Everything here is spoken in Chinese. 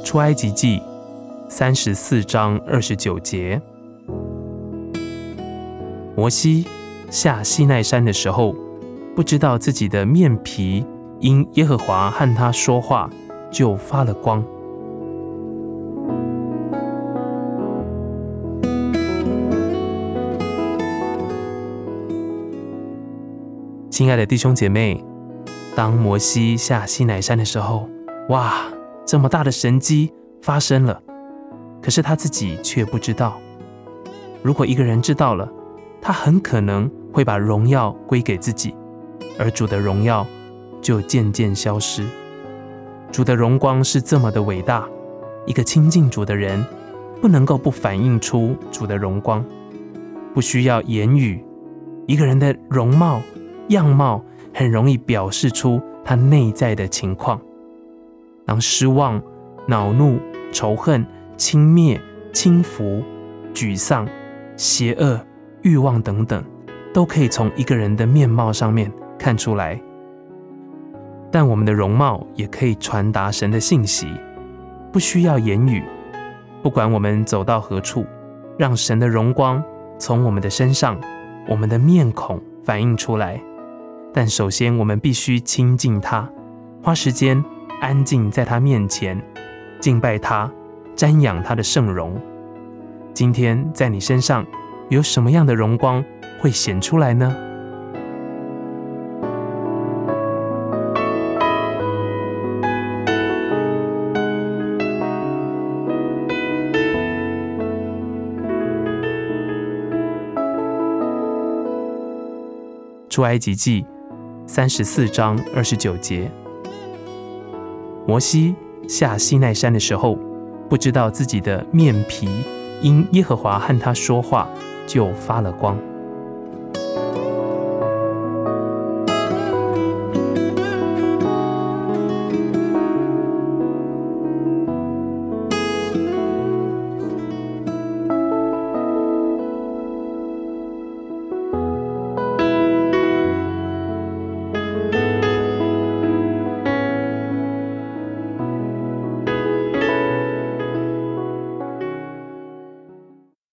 出埃及记34章29节，摩西下西奈山的时候，不知道自己的面皮因耶和华和他说话，就发了光。亲爱的弟兄姐妹，当摩西下西奈山的时候，哇，这么大的神迹发生了，可是他自己却不知道。如果一个人知道了，他很可能会把荣耀归给自己，而主的荣耀就渐渐消失。主的荣光是这么的伟大，一个亲近主的人不能够不反映出主的荣光，不需要言语，一个人的容貌样貌很容易表示出他内在的情况。当失望、恼怒、仇恨、轻蔑、轻浮、沮丧、邪恶、欲望等等，都可以从一个人的面貌上面看出来。但我们的容貌也可以传达神的信息，不需要言语。不管我们走到何处，让神的荣光从我们的身上、我们的面孔反映出来。但首先我们必须亲近他，花时间安静在他面前，敬拜他，瞻仰他的圣容。今天在你身上有什么样的荣光会显出来呢？出埃及记34章29节，摩西下西奈山的时候，不知道自己的面皮因耶和华和他说话，就发了光。